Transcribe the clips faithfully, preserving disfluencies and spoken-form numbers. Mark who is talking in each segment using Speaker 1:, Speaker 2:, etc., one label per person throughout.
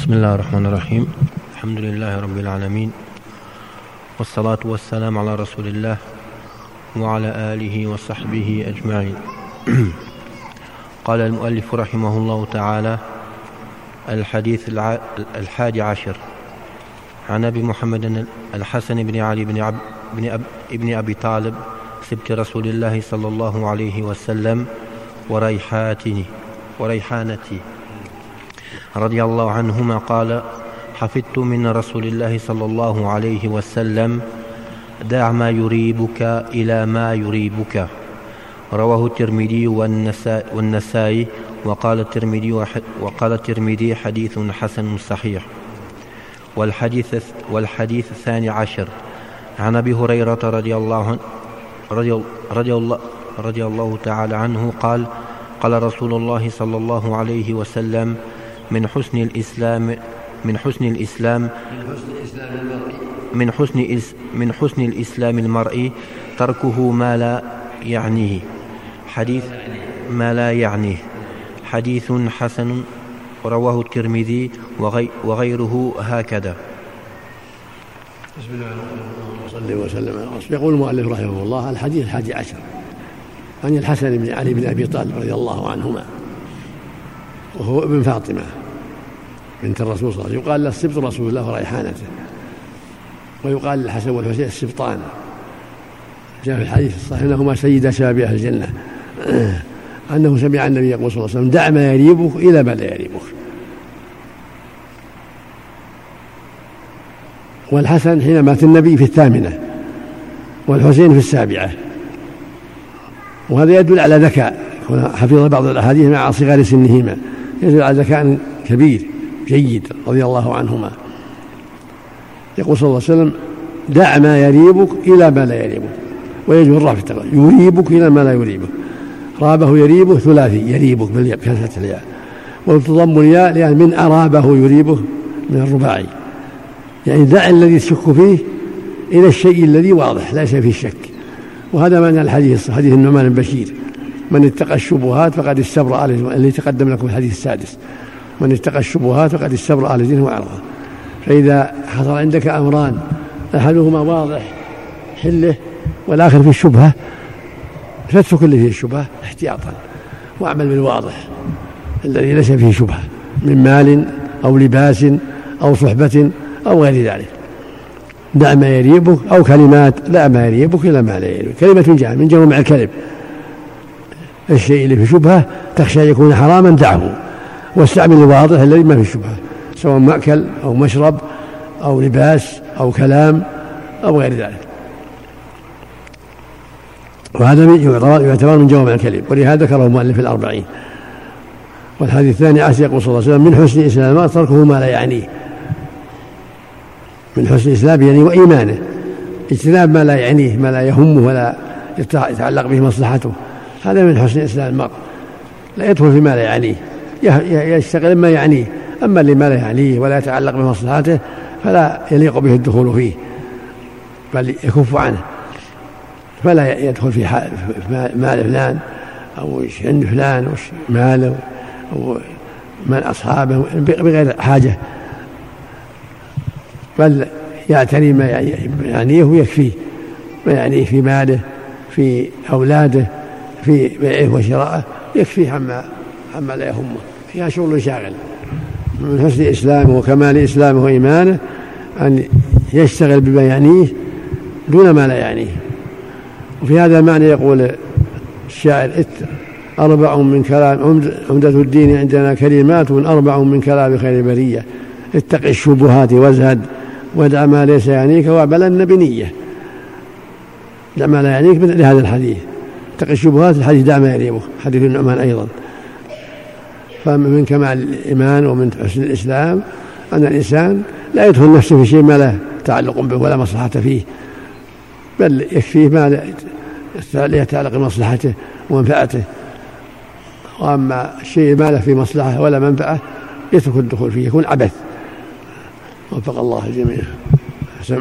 Speaker 1: بسم الله الرحمن الرحيم. الحمد لله رب العالمين، والصلاة والسلام على رسول الله وعلى آله وصحبه أجمعين. قال المؤلف رحمه الله تعالى: الحديث الحادي عشر عن أبي محمد الحسن بن علي بن, عب بن, أب بن أبي طالب سبت رسول الله صلى الله عليه وسلم وريحاتني وريحانتي رضي الله عنهما قال: حفظت من رسول الله صلى الله عليه وسلم: دع ما يريبك إلى ما يريبك. رواه الترمذي والنسائي، وقال الترمذي وقال الترمذي حديث حسن صحيح. والحديث والحديث الثاني عشر عن أبي هريرة رضي الله عنه رضي, رضي الله رضي الله تعالى عنه قال: قال رسول الله صلى الله عليه وسلم: من حسن الإسلام من حسن الإسلام من حسن من حسن الإسلام المرء تركه ما لا يعنيه. حديث ما لا يعنيه حديث حسن، رواه الترمذي وغيره هكذا.
Speaker 2: بسم الله الرحمن الرحيم، وصلى وسلم على رسول. يقول المؤلف رحمه الله: الحديث الحادي عشر عن الحسن بن علي بن أبي طالب رضي الله عنهما، وهو ابن فاطمة بنت الرسول صلى الله عليه وسلم. يقال له سبط رسول الله وريحانته، ويقال للحسن والحسين السبطان. جاء في الحديث الصحيح أنهما سيدا شباب أهل الجنة، أنه سمع النبي يقول صلى الله عليه وسلم: دع ما يريبك إلى ما لا يريبك. والحسن حين مات النبي في الثامنة، والحسين في السابعة، وهذا يدل على ذكاء، حفظ بعض الأحاديث مع صغار سنهما، يدل على ذكاء كبير جيد رضي الله عنهما. يقول صلى الله عليه وسلم: دع ما يريبك إلى ما لا يريبك. ويجب الرفع في التقدير: يريبك إلى ما لا يريبك. رابه يريبه ثلاثي، يريبك بكسرة الياء، وتضم الياء لأن من أرابه يريبه من الرباعي، يعني دع الذي تشك فيه إلى الشيء الذي واضح ليس فيه شك. وهذا معنى الحديث، حديث النعمان بن بشير: من اتقى الشبهات فقد استبرأ، الذي تقدم لكم الحديث السادس: من اتقى الشبهات فقد استبرأ لدينه وعرضه. فإذا حصل عندك أمران أحدهما واضح حله والآخر في الشبهة، فاترك اللي فيه الشبهة احتياطا، واعمل بالواضح الذي ليس فيه شبهة من مال أو لباس أو صحبة أو غير ذلك. دع ما يريبك، أو كلمات: لا ما يريبك إلى ما لا يريبك. كلمة جاء من جمع الكلب، الشيء اللي في شبهة تخشى يكون حراما دعه، واستعمل الواضح الذي ما في شبهة، سواء مأكل أو مشرب أو لباس أو كلام أو غير ذلك. وهذا يعتبر من جوامع الكلم، ولهذا ذكره المؤلف في الأربعين. والحديث الثاني عشر يقول صلى الله عليه وسلم: من حسن إسلام المرء تركه ما لا يعنيه. من حسن إسلام يعني وإيمانه اجتناب ما لا يعنيه، ما لا يهمه ولا يتعلق به مصلحته، هذا من حسن إسلام المرء. لا يدخل فيما لا يعنيه، يشتغل ما يعنيه، أما اللي ما لا يعنيه ولا يتعلق بمصلحته فلا يليق به الدخول فيه، بل يكف عنه، فلا يدخل في مال فلان أو عند فلان أو ماله أو من أصحابه بغير حاجة، بل يعتني ما يعنيه ويكفيه، ما يعنيه في ماله في أولاده في بيعه وشراءه يكفيه عما عما لا يهمه، فيها شغل شاغل. من حسن إسلامه وكمال إسلامه وإيمانه أن يشتغل بما يعنيه دون ما لا يعنيه. وفي هذا المعنى يقول الشاعر: أربع من كلام عمدة الدين عندنا كلمات، أربع من كلام خير برية: اتق الشبهات وازهد، ودع ما ليس يعنيك واعملن بنية. دع ما لا يعنيك لهذا الحديث، اتق الشبهات الحديث دع ما يريبك، حديث النعمان أيضا. فمن كمال الإيمان ومن حسن الإسلام أن الإنسان لا يدخل نفسه في شيء ما له تعلق به ولا مصلحة فيه، بل يكفيه ما يتعلق بمصلحته ومنفعته. وأما الشيء ما له في مصلحة ولا منفعة يترك الدخول فيه، يكون عبث. وفق الله الجميع. سم.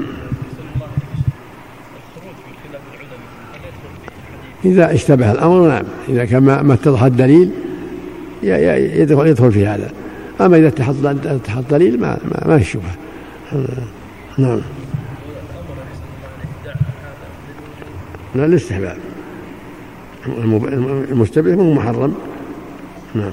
Speaker 2: إذا اشتبه الأمر نعم، إذا كان ما اتضح الدليل يدخل, يدخل في هذا. أما إذا اتحط دليل ما ما, ما الشبهة. نعم. لا الاستحباب، المستبيح مو محرم. نعم.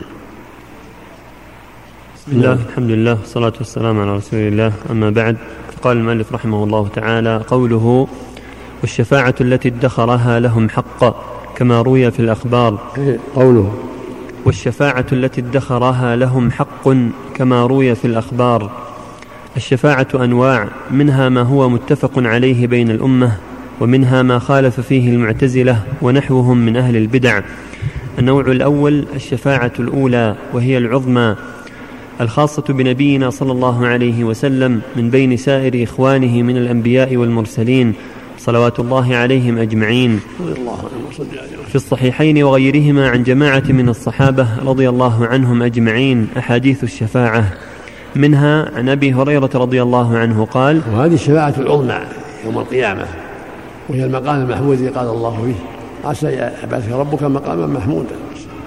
Speaker 3: بسم الله، الحمد لله، والصلاة والسلام على رسول الله، أما بعد. قال المؤلف رحمه الله تعالى: قوله: والشفاعة التي ادخرها لهم حق كما روي في الأخبار.
Speaker 2: قوله:
Speaker 3: والشفاعة التي ادخرها لهم حق كما روي في الأخبار. الشفاعة أنواع، منها ما هو متفق عليه بين الأمة، ومنها ما خالف فيه المعتزلة ونحوهم من أهل البدع. النوع الأول الشفاعة الأولى، وهي العظمى الخاصة بنبينا صلى الله عليه وسلم من بين سائر إخوانه من الأنبياء والمرسلين صلوات الله عليهم أجمعين، في الصحيحين وغيرهما عن جماعة من الصحابة رضي الله عنهم أجمعين أحاديث الشفاعة، منها عن أبي هريرة رضي الله عنه قال:
Speaker 2: وهذه الشفاعة العظمى يوم القيامة، وهي المقام المحمود الذي قال الله فيه: عسى يبعثك ربك مقاما محمودا.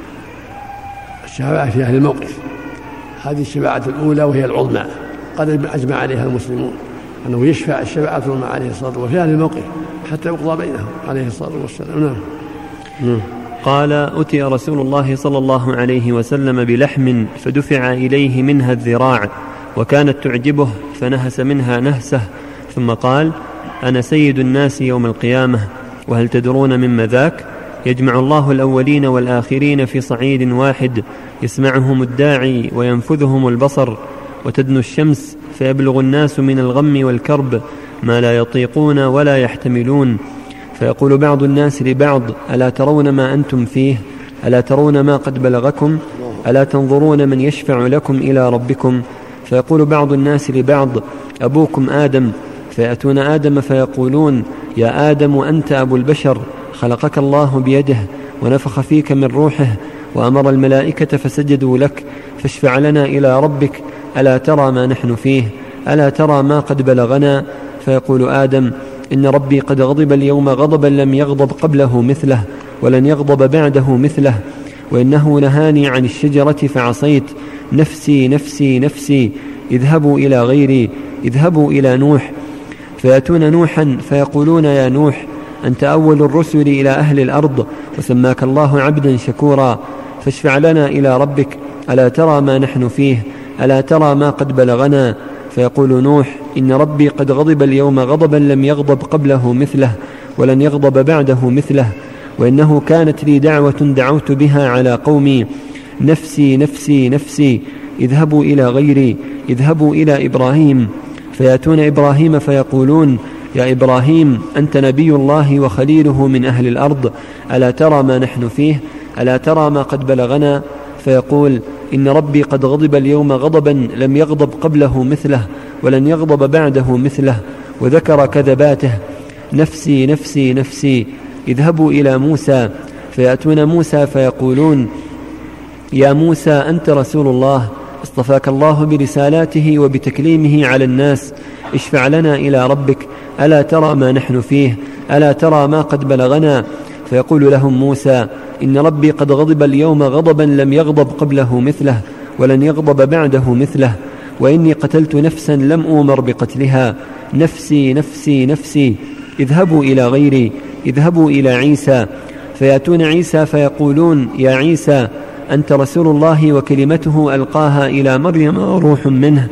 Speaker 2: الشفاعة في أهل الموقف، هذه الشفاعة الأولى وهي العظمى، قد أجمع عليها المسلمون أنه يشفع الشفاعة العظمى عليه الصلاة والسلام وفي أهل الموقف حتى يقضى بينهم عليه الصلاة والسلام. نعم.
Speaker 3: نعم. قال: أتي رسول الله صلى الله عليه وسلم بلحم فدفع إليه منها الذراع، وكانت تعجبه فنهس منها نهسه، ثم قال: أنا سيد الناس يوم القيامة، وهل تدرون مما ذاك؟ يجمع الله الأولين والآخرين في صعيد واحد، يسمعهم الداعي وينفذهم البصر، وتدنو الشمس فيبلغ الناس من الغم والكرب ما لا يطيقون ولا يحتملون، فيقول بعض الناس لبعض: ألا ترون ما أنتم فيه؟ ألا ترون ما قد بلغكم؟ ألا تنظرون من يشفع لكم إلى ربكم؟ فيقول بعض الناس لبعض: أبوكم آدم. فيأتون آدم فيقولون: يا آدم أنت أبو البشر، خلقك الله بيده ونفخ فيك من روحه وأمر الملائكة فسجدوا لك، فاشفع لنا إلى ربك، ألا ترى ما نحن فيه؟ ألا ترى ما قد بلغنا؟ فيقول آدم: إن ربي قد غضب اليوم غضبا لم يغضب قبله مثله ولن يغضب بعده مثله، وإنه نهاني عن الشجرة فعصيت، نفسي نفسي نفسي، اذهبوا إلى غيري، اذهبوا إلى نوح. فيأتون نوحا فيقولون: يا نوح، أنت أول الرسل إلى أهل الأرض، وسماك الله عبدا شكورا، فاشفع لنا إلى ربك، ألا ترى ما نحن فيه؟ ألا ترى ما قد بلغنا؟ فيقول نوح: إن ربي قد غضب اليوم غضبا لم يغضب قبله مثله ولن يغضب بعده مثله، وإنه كانت لي دعوة دعوت بها على قومي، نفسي نفسي نفسي، اذهبوا إلى غيري، اذهبوا إلى إبراهيم. فيأتون إبراهيم فيقولون: يا إبراهيم، أنت نبي الله وخليله من أهل الأرض، ألا ترى ما نحن فيه؟ ألا ترى ما قد بلغنا؟ فيقول: إن ربي قد غضب اليوم غضبا لم يغضب قبله مثله ولن يغضب بعده مثله، وذكر كذباته، نفسي نفسي نفسي، اذهبوا إلى موسى. فيأتون موسى فيقولون: يا موسى، أنت رسول الله، اصطفاك الله برسالاته وبتكليمه على الناس، اشفع لنا إلى ربك، ألا ترى ما نحن فيه؟ ألا ترى ما قد بلغنا؟ فيقول لهم موسى: إن ربي قد غضب اليوم غضبا لم يغضب قبله مثله ولن يغضب بعده مثله، وإني قتلت نفسا لم أؤمر بقتلها، نفسي نفسي نفسي، اذهبوا إلى غيري، اذهبوا إلى عيسى. فيأتون عيسى فيقولون: يا عيسى، أنت رسول الله وكلمته ألقاها إلى مريم وروح منه،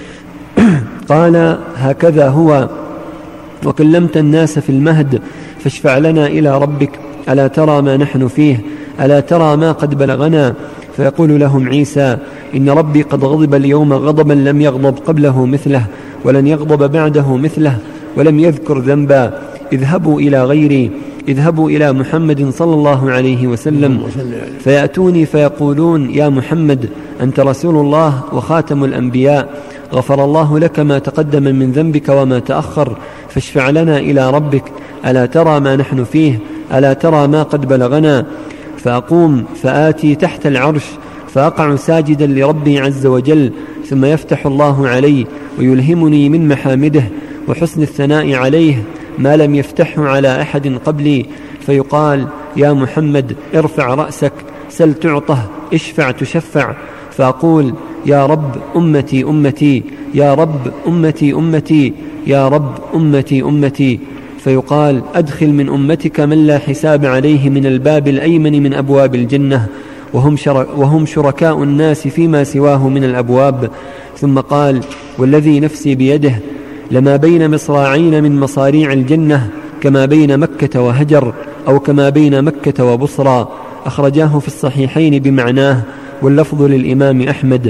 Speaker 3: قال: هكذا هو، وكلمت الناس في المهد، فاشفع لنا إلى ربك، ألا ترى ما نحن فيه؟ ألا ترى ما قد بلغنا؟ فيقول لهم عيسى: إن ربي قد غضب اليوم غضبا لم يغضب قبله مثله ولن يغضب بعده مثله، ولم يذكر ذنبا، اذهبوا إلى غيري، اذهبوا إلى محمد صلى الله عليه وسلم. فيأتوني فيقولون: يا محمد، أنت رسول الله وخاتم الأنبياء، غفر الله لك ما تقدم من ذنبك وما تأخر، فاشفع لنا إلى ربك، ألا ترى ما نحن فيه؟ ألا ترى ما قد بلغنا؟ فأقوم فآتي تحت العرش فأقع ساجدا لربي عز وجل، ثم يفتح الله علي ويلهمني من محامده وحسن الثناء عليه ما لم يفتحه على أحد قبلي، فيقال: يا محمد، ارفع رأسك، سل تعطه، اشفع تشفع. فأقول: يا رب أمتي أمتي، يا رب أمتي أمتي، يا رب أمتي أمتي، فيقال أدخل من أمتك من لا حساب عليه من الباب الأيمن من أبواب الجنة، وهم, وهم شركاء الناس فيما سواه من الأبواب. ثم قال والذي نفسي بيده لما بين مصراعين من مصاريع الجنة كما بين مكة وهجر، أو كما بين مكة وبصرى. أخرجاه في الصحيحين بمعناه، واللفظ للإمام أحمد.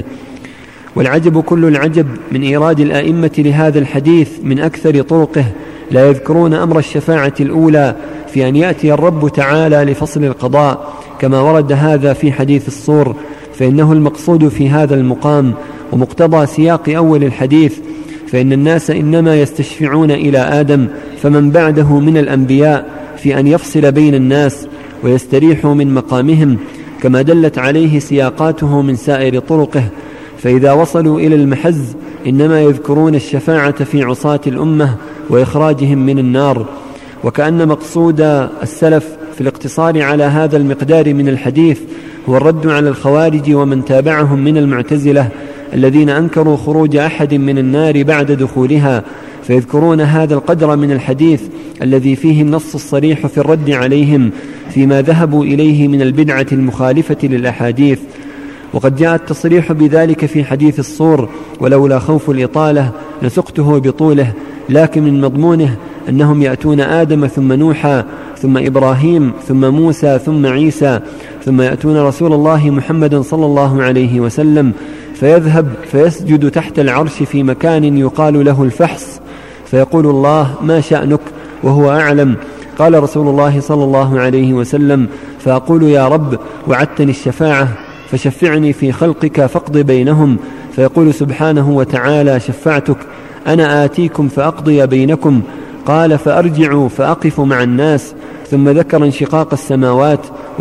Speaker 3: والعجب كل العجب من إيراد الآئمة لهذا الحديث من أكثر طرقه لا يذكرون أمر الشفاعة الأولى في أن يأتي الرب تعالى لفصل القضاء كما ورد هذا في حديث الصور، فإنه المقصود في هذا المقام ومقتضى سياق أول الحديث، فإن الناس إنما يستشفعون إلى آدم فمن بعده من الأنبياء في أن يفصل بين الناس ويستريحوا من مقامهم، كما دلت عليه سياقاته من سائر طرقه. فإذا وصلوا إلى المحز إنما يذكرون الشفاعة في عصاة الأمة وإخراجهم من النار. وكأن مقصود السلف في الاقتصار على هذا المقدار من الحديث هو الرد على الخوارج ومن تابعهم من المعتزلة الذين أنكروا خروج أحد من النار بعد دخولها، فيذكرون هذا القدر من الحديث الذي فيه النص الصريح في الرد عليهم فيما ذهبوا إليه من البدعة المخالفة للأحاديث. وقد جاء التصريح بذلك في حديث الصور، ولولا خوف الإطالة لسقته بطوله، لكن من مضمونه أنهم يأتون آدم ثم نوحا ثم إبراهيم ثم موسى ثم عيسى، ثم يأتون رسول الله محمد صلى الله عليه وسلم فيذهب فيسجد تحت العرش في مكان يقال له الفحص، فيقول الله ما شأنك وهو أعلم. قال رسول الله صلى الله عليه وسلم فأقول يا رب وعدتني الشفاعة فشفعني في خلقك فاقض بينهم، فيقول سبحانه وتعالى شفعتك أنا آتيكم فأقضي بينكم. قال فأرجع فأقف مع الناس، ثم ذكر انشقاق السماوات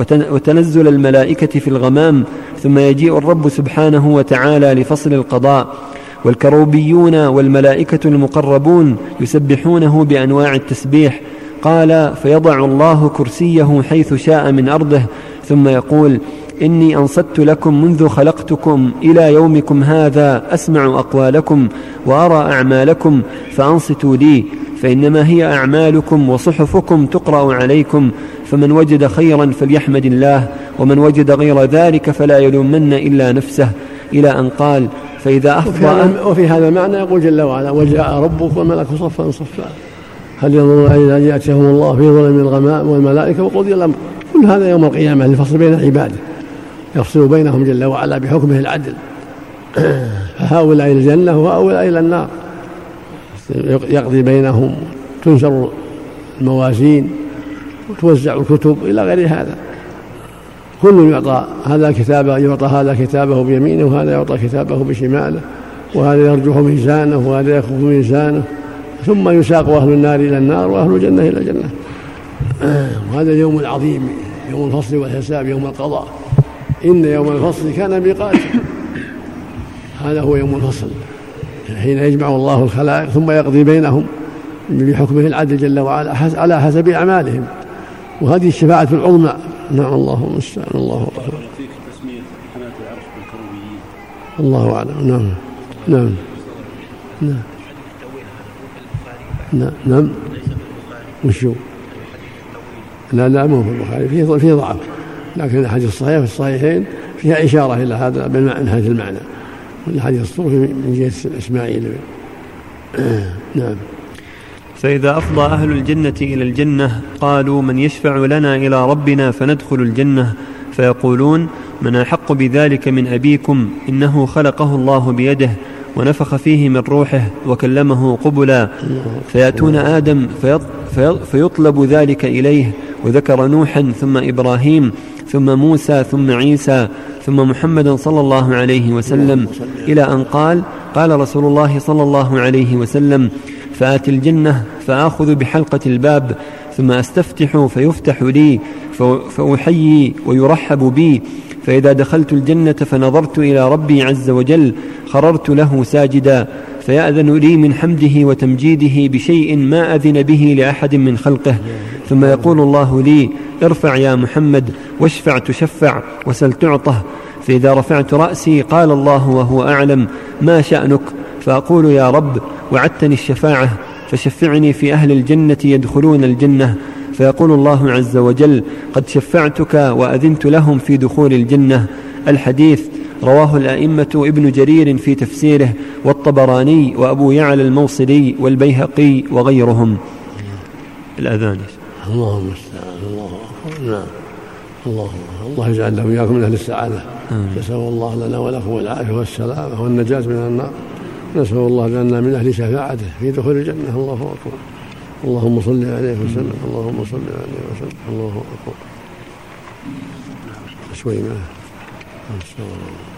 Speaker 3: وتنزل الملائكة في الغمام، ثم يجيء الرب سبحانه وتعالى لفصل القضاء، والكروبيون والملائكة المقربون يسبحونه بأنواع التسبيح. قال فيضع الله كرسيه حيث شاء من أرضه، ثم يقول إني أنصت لكم منذ خلقتكم إلى يومكم هذا، أسمع أقوالكم وأرى أعمالكم فأنصتوا لي، فإنما هي أعمالكم وصحفكم تقرأ عليكم، فمن وجد خيرا فليحمد الله، ومن وجد غير ذلك فلا يلومن إلا نفسه، إلى أن قال فإذا أفضى.
Speaker 2: وفي هذا المعنى يقول جل وعلا وجاء ربك والملك صفا صفا هل ينظرون إلى أن يأتيهم الله في ظلل من الغمام والملائكة وقضي الأمر. كل هذا يوم القيامة لفصل بين عباده، يفصل بينهم جل وعلا بحكمه العدل، فهؤلاء إلى الجنة وهؤلاء إلى النار، يقضي بينهم، تنشر الموازين وتوزع الكتب إلى غير هذا. كل يعطى هذا كتابه يعطى هذا كتابه بيمينه وهذا يعطى كتابه بشماله، وهذا يرجح ميزانه وهذا يخف ميزانه، ثم يساق أهل النار إلى النار وأهل الجنة إلى الجنة. وهذا اليوم العظيم، يوم الفصل والحساب، يوم القضاء. إن يوم الفصل كان ميقاتا، هذا هو يوم الفصل، حين يجمع الله الخلائق ثم يقضي بينهم بحكمه العدل جل وعلا على حسب أعمالهم، وهذه الشفاعة العظمى. نعم الله المستعان. الله أكبر. الله أعلم. نعم نعم نعم نعم نعم وشو لا لا مو في البخاري، فيه فيه ضعف، لكن الحديث الصحيح في الصحيحين فيها إشارة إلى هذا بالمعنى، هذا المعنى، والحديث الصحيح من جهة إسماعيل. نعم.
Speaker 3: فإذا أفضى أهل الجنة إلى الجنة قالوا من يشفع لنا إلى ربنا فندخل الجنة، فيقولون من أحق بذلك من أبيكم، إنه خلقه الله بيده ونفخ فيه من روحه وكلمه قبلا. فيأتون آدم فيطلب ذلك إليه، وذكر نوحا ثم إبراهيم ثم موسى ثم عيسى ثم محمد صلى الله عليه وسلم، إلى أن قال قال رسول الله صلى الله عليه وسلم فآتي الجنة فآخذ بحلقة الباب ثم أستفتح فيفتح لي فأحيي ويرحب بي، فإذا دخلت الجنة فنظرت إلى ربي عز وجل خررت له ساجدا، فيأذن لي من حمده وتمجيده بشيء ما أذن به لأحد من خلقه، ثم يقول الله لي ارفع يا محمد واشفع تشفع وسل تعطه، فإذا رفعت رأسي قال الله وهو أعلم: ما شأنك؟ فأقول: يا رب، وعدتني الشفاعة، فشفعني في أهل الجنة يدخلون الجنة. فيقول الله عز وجل: قد شفعتك وأذنت لهم في دخول الجنة. الحديث رواه الأئمة ابن جرير في تفسيره، والطبراني، وأبو يعلى الموصلي، والبيهقي، وغيرهم. الأذان.
Speaker 2: اللهم استعان. الله أكبر. نعم. الله الله يجعلنا وإياكم من أهل السعادة. نسأل الله لنا ولكم العافية والسلامة والنجاة من النار. نسأل الله لنا من أهل شفاعته في دخول الجنة. الله أكبر. اللهم صل عليه وسلم. اللهم صل عليه وسلم. الله أكبر. شوي معه.